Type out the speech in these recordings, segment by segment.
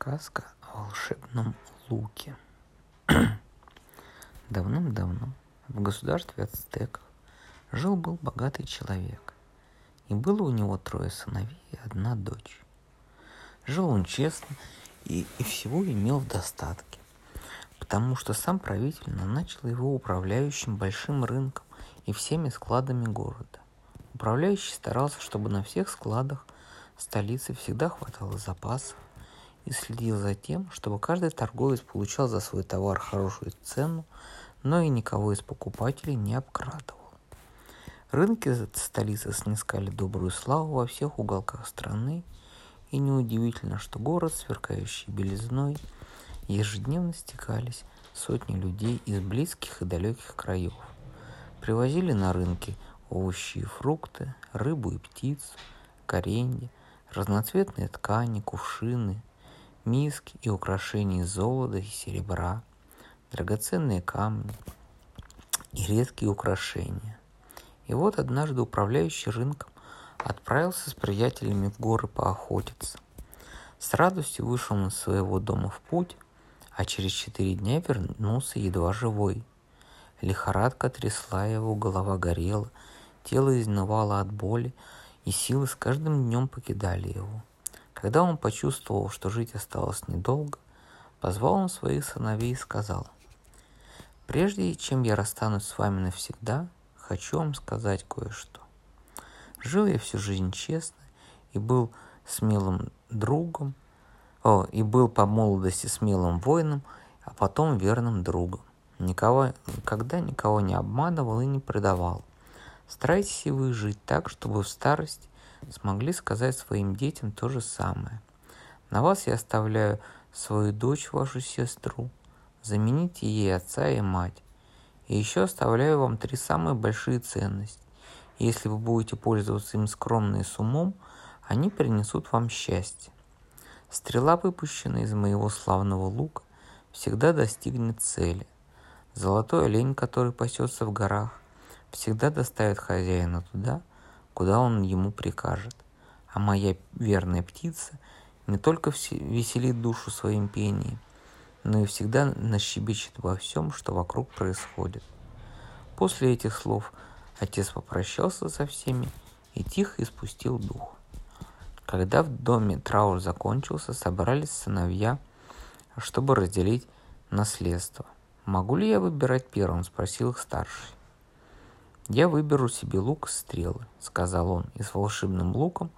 Сказка о волшебном луке. Давным-давно в государстве ацтеков жил-был богатый человек, и было у него 3 сыновей и 1 дочь. Жил он честно и всего имел в достатке, потому что сам правитель назначил его управляющим большим рынком и всеми складами города. Управляющий старался, чтобы на всех складах столицы всегда хватало запасов, и следил за тем, чтобы каждый торговец получал за свой товар хорошую цену, но и никого из покупателей не обкрадывал. Рынки столицы снискали добрую славу во всех уголках страны, и неудивительно, что город, сверкающий белизной, ежедневно стекались сотни людей из близких и далеких краев. Привозили на рынки овощи и фрукты, рыбу и птицу, коренья, разноцветные ткани, кувшины, миски и украшения из золота и серебра, драгоценные камни и редкие украшения. И вот однажды управляющий рынком отправился с приятелями в горы поохотиться. С радостью вышел из своего дома в путь, а через 4 дня вернулся едва живой. Лихорадка трясла его, голова горела, тело изнывало от боли, и силы с каждым днем покидали его. Когда он почувствовал, что жить осталось недолго, позвал он своих сыновей и сказал: «Прежде чем я расстанусь с вами навсегда, хочу вам сказать кое-что. Жил я всю жизнь честно и был смелым другом, и был по молодости смелым воином, а потом верным другом. Никогда никого не обманывал и не предавал. Старайтесь и вы жить так, чтобы в старости смогли сказать своим детям то же самое. На вас я оставляю свою дочь, вашу сестру. Замените ей отца и мать. И еще оставляю вам 3 самые большие ценности. Если вы будете пользоваться им скромно и с умом, они принесут вам счастье. Стрела, выпущенная из моего славного лука, всегда достигнет цели. Золотой олень, который пасется в горах, всегда доставит хозяина туда, куда он ему прикажет. А моя верная птица не только веселит душу своим пением, но и всегда нащебечет во всем, что вокруг происходит». После этих слов отец попрощался со всеми и тихо испустил дух. Когда в доме траур закончился, собрались сыновья, чтобы разделить наследство. «Могу ли я выбирать первым?» — спросил их старший. «Я выберу себе лук и стрелы», — сказал он, «и с волшебным луком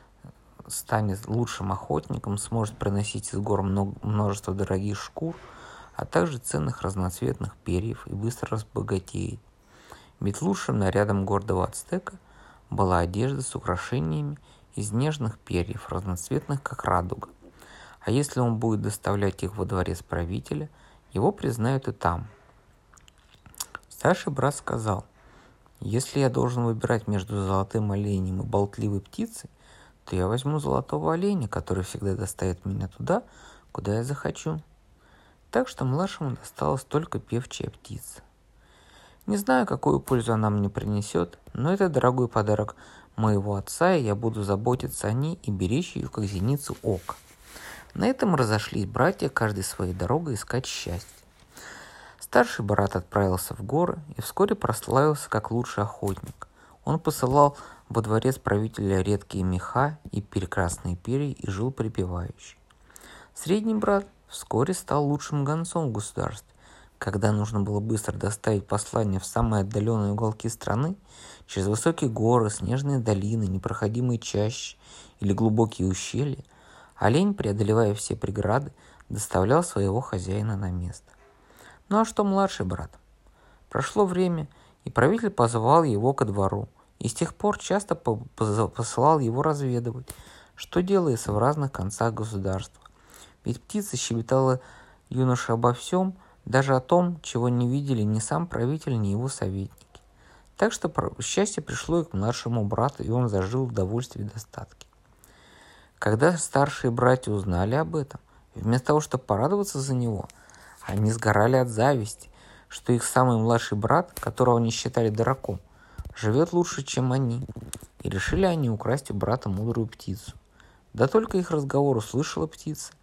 станет лучшим охотником, сможет приносить из гор множество дорогих шкур, а также ценных разноцветных перьев и быстро разбогатеет. Ведь лучшим нарядом гордого ацтека была одежда с украшениями из нежных перьев, разноцветных, как радуга. А если он будет доставлять их во дворец правителя, его признают и там». Старший брат сказал: «Если я должен выбирать между золотым оленем и болтливой птицей, то я возьму золотого оленя, который всегда доставит меня туда, куда я захочу». Так что младшему досталась только певчая птица. Не знаю, какую пользу она мне принесет, но это дорогой подарок моего отца, и я буду заботиться о ней и беречь ее, как зеницу ока. На этом разошлись братья, каждый своей дорогой искать счастье. Старший брат отправился в горы и вскоре прославился как лучший охотник. Он посылал во дворец правителя редкие меха и прекрасные перья и жил припеваючи. Средний брат вскоре стал лучшим гонцом в государстве. Когда нужно было быстро доставить послание в самые отдаленные уголки страны, через высокие горы, снежные долины, непроходимые чащи или глубокие ущелья, олень, преодолевая все преграды, доставлял своего хозяина на место. Ну а что младший брат? Прошло время, и правитель позвал его ко двору, и с тех пор часто посылал его разведывать, что делается в разных концах государства. Ведь птица щебетала юноше обо всем, даже о том, чего не видели ни сам правитель, ни его советники. Так что счастье пришло и к младшему брату, и он зажил в довольстве и достатке. Когда старшие братья узнали об этом, вместо того, чтобы порадоваться за него, они сгорали от зависти, что их самый младший брат, которого они считали дураком, живет лучше, чем они, и решили они украсть у брата мудрую птицу. Да только их разговор услышала птица,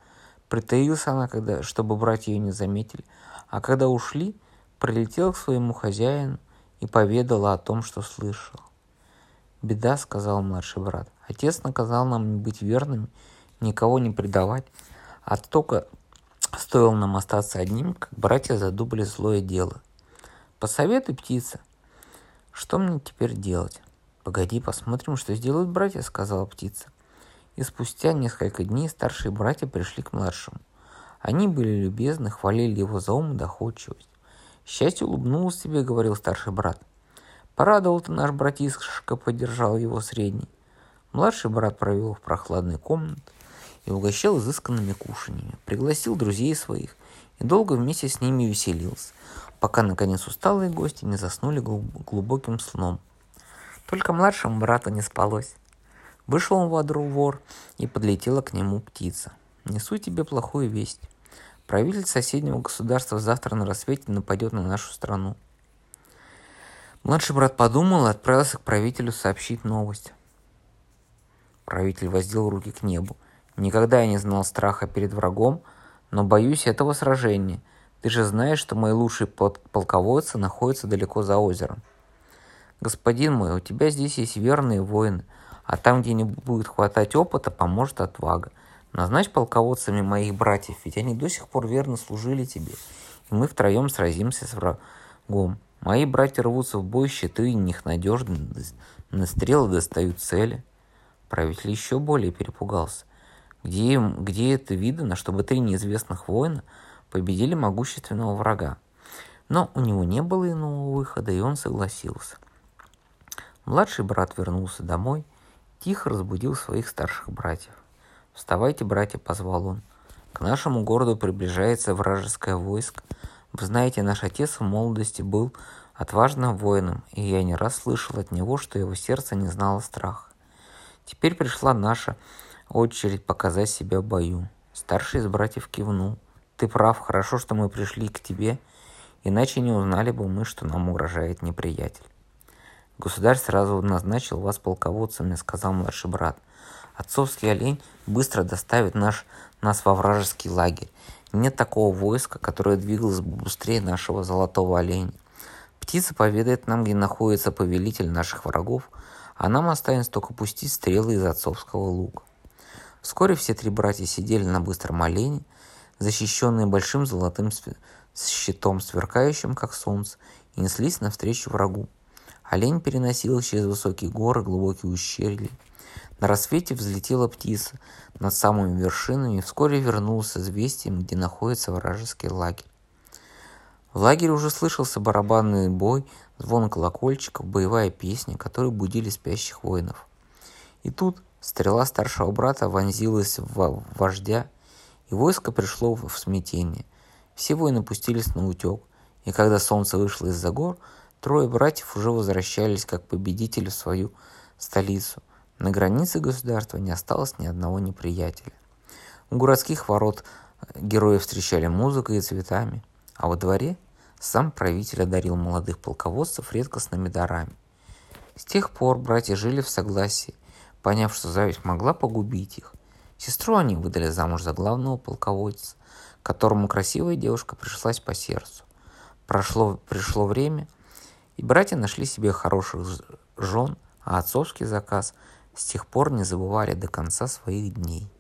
Притаился она, чтобы братья ее не заметили, а когда ушли, прилетела к своему хозяину и поведала о том, что слышал. «Беда», — сказал младший брат. «Отец наказал нам не быть верными, никого не предавать, а только стоило нам остаться одним, как братья задумали злое дело. Посоветуй, птица, что мне теперь делать?» «Погоди, посмотрим, что сделают братья», — сказала птица. И спустя несколько дней старшие братья пришли к младшему. Они были любезны, хвалили его за ум и доходчивость. «Счастье улыбнулось тебе», — говорил старший брат. «Порадовал ты наш братишка», — поддержал его средний. Младший брат провел в прохладной комнате и угощал изысканными кушаньями, пригласил друзей своих и долго вместе с ними веселился, пока, наконец, усталые гости не заснули глубоким сном. Только младшему брату не спалось. Вышел он во двор, и подлетела к нему птица. «Несу тебе плохую весть. Правитель соседнего государства завтра на рассвете нападет на нашу страну». Младший брат подумал и отправился к правителю сообщить новость. Правитель воздел руки к небу. «Никогда я не знал страха перед врагом, но боюсь этого сражения. Ты же знаешь, что мои лучшие полководцы находятся далеко за озером. Господин мой, у тебя здесь есть верные воины, а там, где не будет хватать опыта, поможет отвага. Назначь полководцами моих братьев, ведь они до сих пор верно служили тебе, и мы втроем сразимся с врагом. Мои братья рвутся в бой, щиты у них надежны, на стрелы достают цели». Правитель еще более перепугался. Где это видано, чтобы 3 неизвестных воина победили могущественного врага? Но у него не было иного выхода, и он согласился. Младший брат вернулся домой, тихо разбудил своих старших братьев. «Вставайте, братья», — позвал он. «К нашему городу приближается вражеское войско. Вы знаете, наш отец в молодости был отважным воином, и я не раз слышал от него, что его сердце не знало страха. Теперь пришла наша очередь показать себя в бою». Старший из братьев кивнул. «Ты прав, хорошо, что мы пришли к тебе, иначе не узнали бы мы, что нам угрожает неприятель». «Государь сразу назначил вас полководцами», — сказал младший брат. «Отцовский олень быстро доставит нас во вражеский лагерь. Нет такого войска, которое двигалось бы быстрее нашего золотого оленя. Птица поведает нам, где находится повелитель наших врагов, а нам останется только пустить стрелы из отцовского лука». Вскоре все 3 братья сидели на быстром олене, защищенные большим золотым щитом, сверкающим, как солнце, и неслись навстречу врагу. Олень переносил через высокие горы, глубокие ущелья. На рассвете взлетела птица над самыми вершинами и вскоре вернулась с известием, где находится вражеский лагерь. В лагере уже слышался барабанный бой, звон колокольчиков, боевая песня, которые будили спящих воинов. И тут стрела старшего брата вонзилась в вождя, и войско пришло в смятение. Все воины пустились на утек, и когда солнце вышло из-за гор, 3 братьев уже возвращались как победители в свою столицу. На границе государства не осталось ни одного неприятеля. У городских ворот герои встречали музыкой и цветами, а во дворе сам правитель одарил молодых полководцев редкостными дарами. С тех пор братья жили в согласии, поняв, что зависть могла погубить их. Сестру они выдали замуж за главного полководца, которому красивая девушка пришлась по сердцу. Пришло время, и братья нашли себе хороших жен, а отцовский заказ с тех пор не забывали до конца своих дней.